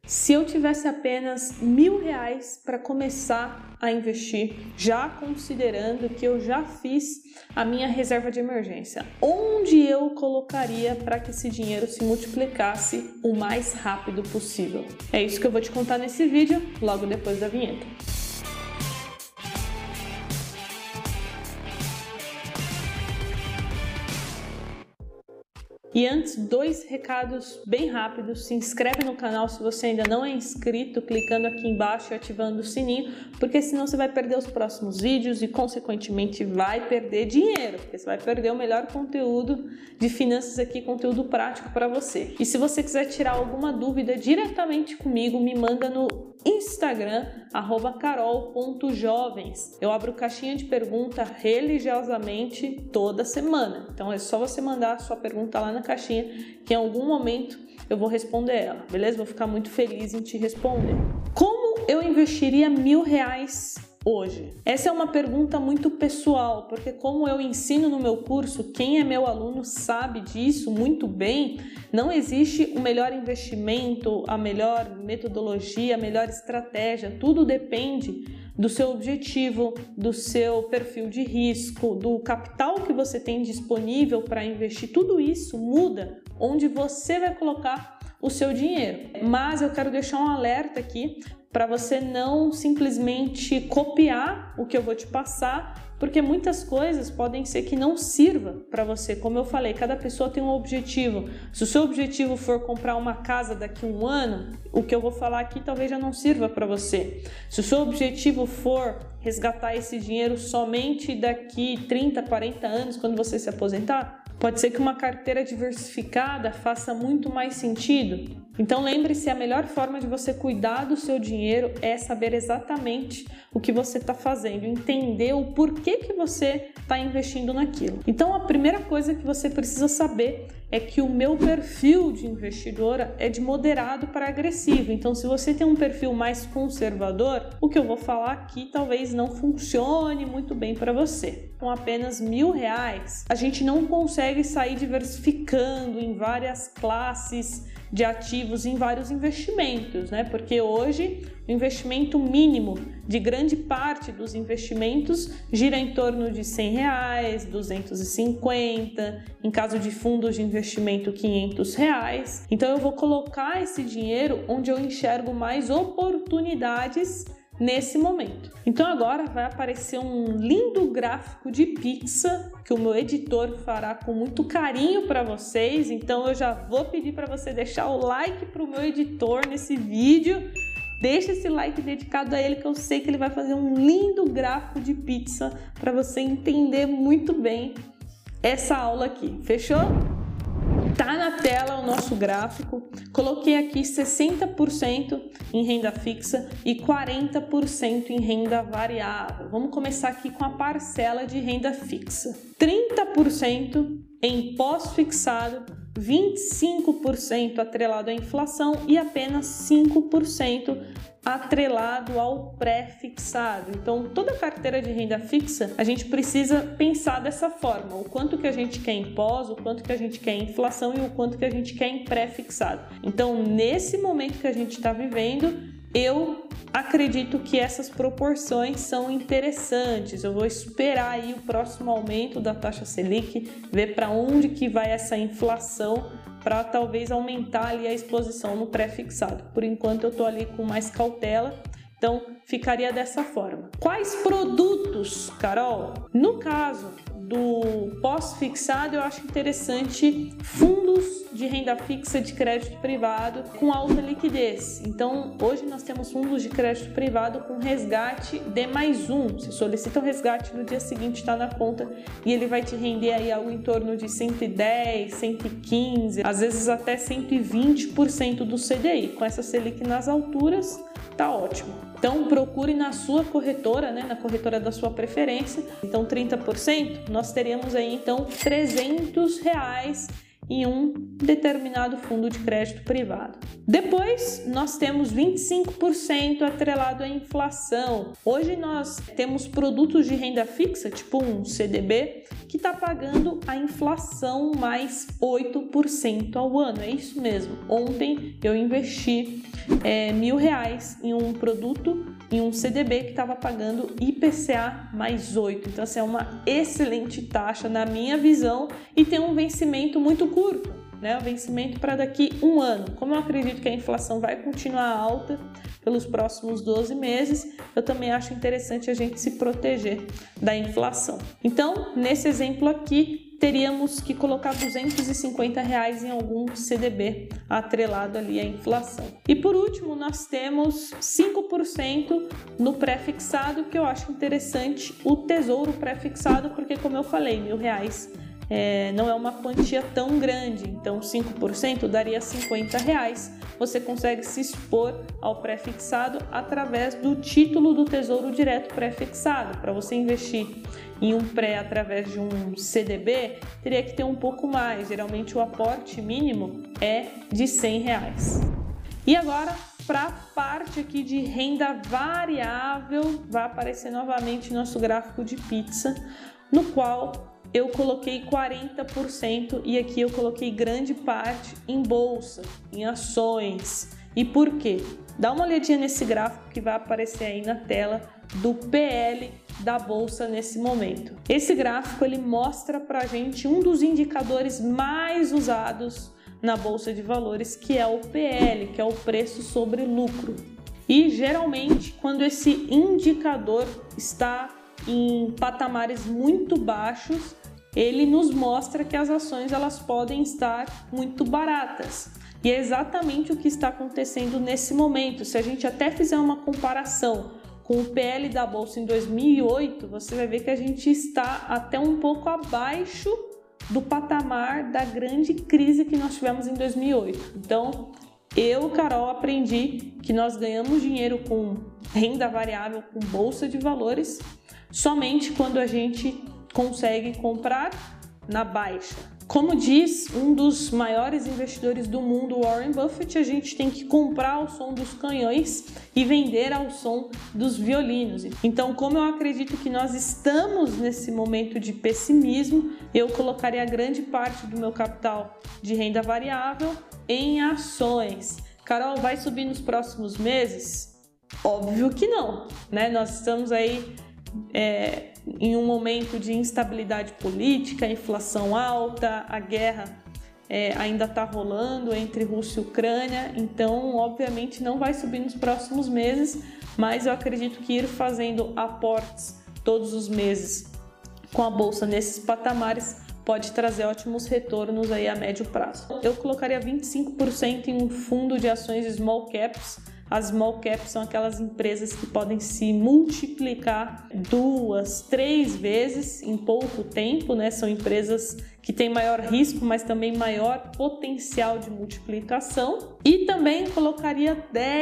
Se eu tivesse apenas R$1.000 para começar a investir, já considerando que eu já fiz a minha reserva de emergência, onde eu colocaria para que esse dinheiro se multiplicasse o mais rápido possível? É isso que eu vou te contar nesse vídeo, logo depois da vinheta. E antes, 2 recados bem rápidos. Se inscreve no canal se você ainda não é inscrito, clicando aqui embaixo e ativando o sininho, porque senão você vai perder os próximos vídeos e, consequentemente, vai perder dinheiro, porque você vai perder o melhor conteúdo de finanças aqui, conteúdo prático para você. E se você quiser tirar alguma dúvida diretamente comigo, me manda no Instagram, @carol.jovens. Eu abro caixinha de pergunta religiosamente toda semana. Então é só você mandar a sua pergunta lá na caixinha, que em algum momento eu vou responder ela, beleza? Vou ficar muito feliz em te responder. Como eu investiria R$1.000 hoje? Essa é uma pergunta muito pessoal, porque como eu ensino no meu curso, quem é meu aluno sabe disso muito bem. Não existe o melhor investimento, a melhor metodologia, a melhor estratégia. Tudo depende do seu objetivo, do seu perfil de risco, do capital que você tem disponível para investir. Tudo isso muda onde você vai colocar o seu dinheiro. Mas eu quero deixar um alerta aqui para você não simplesmente copiar o que eu vou te passar, porque muitas coisas podem ser que não sirva para você. Como eu falei, cada pessoa tem um objetivo. Se o seu objetivo for comprar uma casa daqui a um ano, o que eu vou falar aqui talvez já não sirva para você. Se o seu objetivo for resgatar esse dinheiro somente daqui 30, 40 anos, quando você se aposentar, pode ser que uma carteira diversificada faça muito mais sentido. Então lembre-se, a melhor forma de você cuidar do seu dinheiro é saber exatamente o que você está fazendo, entender o porquê que você está investindo naquilo. Então a primeira coisa que você precisa saber é que o meu perfil de investidora é de moderado para agressivo. Então se você tem um perfil mais conservador, o que eu vou falar aqui talvez não funcione muito bem para você. Com apenas R$1.000, a gente não consegue sair diversificando em várias classes de ativos, em vários investimentos, né? Porque hoje o investimento mínimo de grande parte dos investimentos gira em torno de R$100, 250, em caso de fundos de investimento R$500. Então eu vou colocar esse dinheiro onde eu enxergo mais oportunidades nesse momento. Então agora vai aparecer um lindo gráfico de pizza que o meu editor fará com muito carinho para vocês. Então eu já vou pedir para você deixar o like para o meu editor nesse vídeo. Deixa esse like dedicado a ele, que eu sei que ele vai fazer um lindo gráfico de pizza para você entender muito bem essa aula aqui. Fechou? Tá na tela o nosso gráfico. Coloquei aqui 60% em renda fixa e 40% em renda variável. Vamos começar aqui com a parcela de renda fixa. 30% em pós-fixado, 25% atrelado à inflação e apenas 5% atrelado ao pré-fixado. Então, toda carteira de renda fixa, a gente precisa pensar dessa forma: o quanto que a gente quer em pós, o quanto que a gente quer em inflação e o quanto que a gente quer em pré-fixado. Então, nesse momento que a gente está vivendo, eu acredito que essas proporções são interessantes. Eu vou esperar aí o próximo aumento da taxa Selic, ver para onde que vai essa inflação, para talvez aumentar ali a exposição no pré-fixado. Por enquanto eu estou ali com mais cautela, então ficaria dessa forma. Quais produtos, Carol? No caso do pós-fixado, eu acho interessante fundos de renda fixa de crédito privado com alta liquidez. Então, hoje nós temos fundos de crédito privado com resgate D+1. Você solicita o resgate, no dia seguinte está na conta e ele vai te render aí algo em torno de 110, 115, às vezes até 120% do CDI. Com essa Selic nas alturas, tá ótimo. Então procure na sua corretora, né, na corretora da sua preferência. Então 30%, nós teríamos aí então R$300 em um determinado fundo de crédito privado. Depois nós temos 25% atrelado à inflação. Hoje nós temos produtos de renda fixa, tipo um CDB, que está pagando a inflação mais 8% ao ano. É isso mesmo. Ontem eu investi R$1.000 em um produto, em um CDB que estava pagando IPCA mais 8. Então, assim, é uma excelente taxa na minha visão e tem um vencimento muito curto, né? O vencimento para daqui um ano. Como eu acredito que a inflação vai continuar alta pelos próximos 12 meses, eu também acho interessante a gente se proteger da inflação. Então, nesse exemplo aqui, teríamos que colocar R$250 em algum CDB atrelado ali à inflação. E por último, nós temos 5% no pré-fixado, que eu acho interessante o Tesouro pré-fixado, porque como eu falei, R$1.000 não é uma quantia tão grande, então 5% daria R$50. Você consegue se expor ao pré-fixado através do título do Tesouro Direto pré-fixado. Para você investir em um pré através de um CDB, teria que ter um pouco mais. Geralmente o aporte mínimo é de R$100. E agora, para a parte aqui de renda variável, vai aparecer novamente nosso gráfico de pizza, no qual eu coloquei 40% e aqui eu coloquei grande parte em bolsa, em ações. E por quê? Dá uma olhadinha nesse gráfico que vai aparecer aí na tela do PL da bolsa nesse momento. Esse gráfico ele mostra pra gente um dos indicadores mais usados na bolsa de valores, que é o PL, que é o preço sobre lucro. E geralmente quando esse indicador está em patamares muito baixos, ele nos mostra que as ações elas podem estar muito baratas. E é exatamente o que está acontecendo nesse momento. Se a gente até fizer uma comparação com o PL da bolsa em 2008, você vai ver que a gente está até um pouco abaixo do patamar da grande crise que nós tivemos em 2008. Então, eu, Carol, aprendi que nós ganhamos dinheiro com renda variável, com bolsa de valores, somente quando a gente consegue comprar na baixa. Como diz um dos maiores investidores do mundo, Warren Buffett, a gente tem que comprar ao som dos canhões e vender ao som dos violinos. Então, como eu acredito que nós estamos nesse momento de pessimismo, eu colocaria grande parte do meu capital de renda variável em ações. Carol, vai subir nos próximos meses? Óbvio que não, né? Nós estamos aí em um momento de instabilidade política, inflação alta, a guerra ainda está rolando entre Rússia e Ucrânia, então obviamente não vai subir nos próximos meses, mas eu acredito que ir fazendo aportes todos os meses com a bolsa nesses patamares pode trazer ótimos retornos aí a médio prazo. Eu colocaria 25% em um fundo de ações small caps. As small caps são aquelas empresas que podem se multiplicar 2, 3 vezes em pouco tempo, né? São empresas que têm maior risco, mas também maior potencial de multiplicação. E também colocaria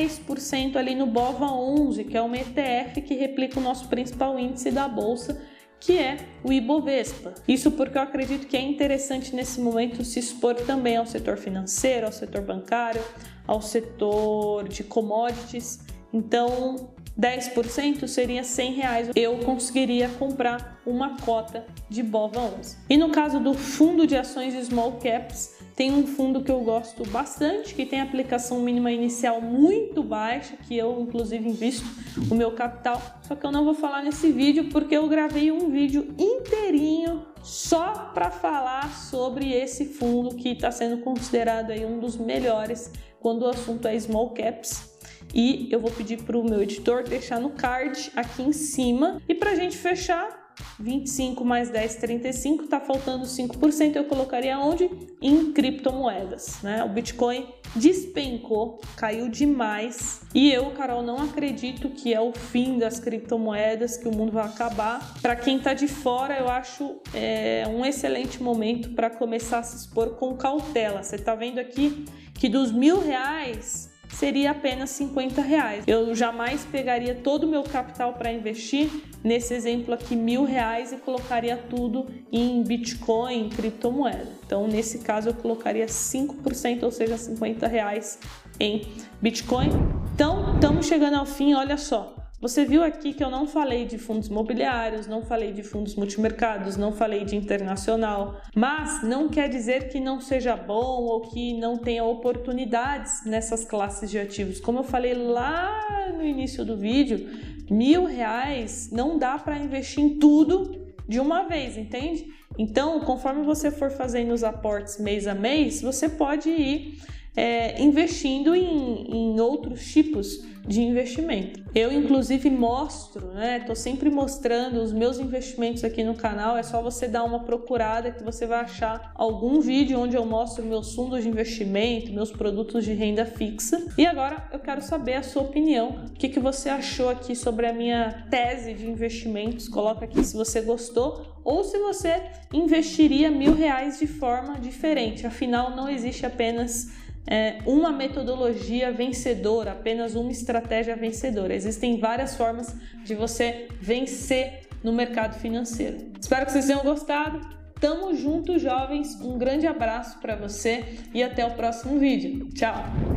10% ali no BOVA11, que é um ETF que replica o nosso principal índice da bolsa, que é o Ibovespa. Isso porque eu acredito que é interessante nesse momento se expor também ao setor financeiro, ao setor bancário, ao setor de commodities. Então 10% seria R$100, eu conseguiria comprar uma cota de BOVA11. E no caso do fundo de ações small caps, tem um fundo que eu gosto bastante, que tem aplicação mínima inicial muito baixa, que eu inclusive invisto o meu capital, só que eu não vou falar nesse vídeo porque eu gravei um vídeo inteirinho só para falar sobre esse fundo que está sendo considerado aí um dos melhores quando o assunto é small caps. E eu vou pedir para o meu editor deixar no card aqui em cima. E para a gente fechar, 25 mais 10, 35, tá faltando 5%, eu colocaria onde? Em criptomoedas, né? O Bitcoin despencou, caiu demais. E eu, Carol, não acredito que é o fim das criptomoedas, que o mundo vai acabar. Para quem tá de fora, eu acho um excelente momento para começar a se expor com cautela. Você tá vendo aqui que dos R$1.000 seria apenas R$50. Eu jamais pegaria todo o meu capital para investir, nesse exemplo aqui R$1.000, e colocaria tudo em Bitcoin, em criptomoeda. Então, nesse caso, eu colocaria 5%, ou seja, R$50 em Bitcoin. Então, estamos chegando ao fim, olha só. Você viu aqui que eu não falei de fundos imobiliários, não falei de fundos multimercados, não falei de internacional, mas não quer dizer que não seja bom ou que não tenha oportunidades nessas classes de ativos. Como eu falei lá no início do vídeo, R$1.000 não dá para investir em tudo de uma vez, entende? Então, conforme você for fazendo os aportes mês a mês, você pode ir investindo em outros tipos de investimento. Eu, inclusive, mostro, tô sempre mostrando os meus investimentos aqui no canal. É só você dar uma procurada que você vai achar algum vídeo onde eu mostro meus fundos de investimento, meus produtos de renda fixa. E agora eu quero saber a sua opinião. O que você achou aqui sobre a minha tese de investimentos? Coloca aqui se você gostou ou se você investiria R$1.000 de forma diferente. Afinal, não existe apenas uma metodologia vencedora, apenas uma estratégia vencedora. Existem várias formas de você vencer no mercado financeiro. Espero que vocês tenham gostado. Tamo junto, jovens. Um grande abraço para você e até o próximo vídeo. Tchau!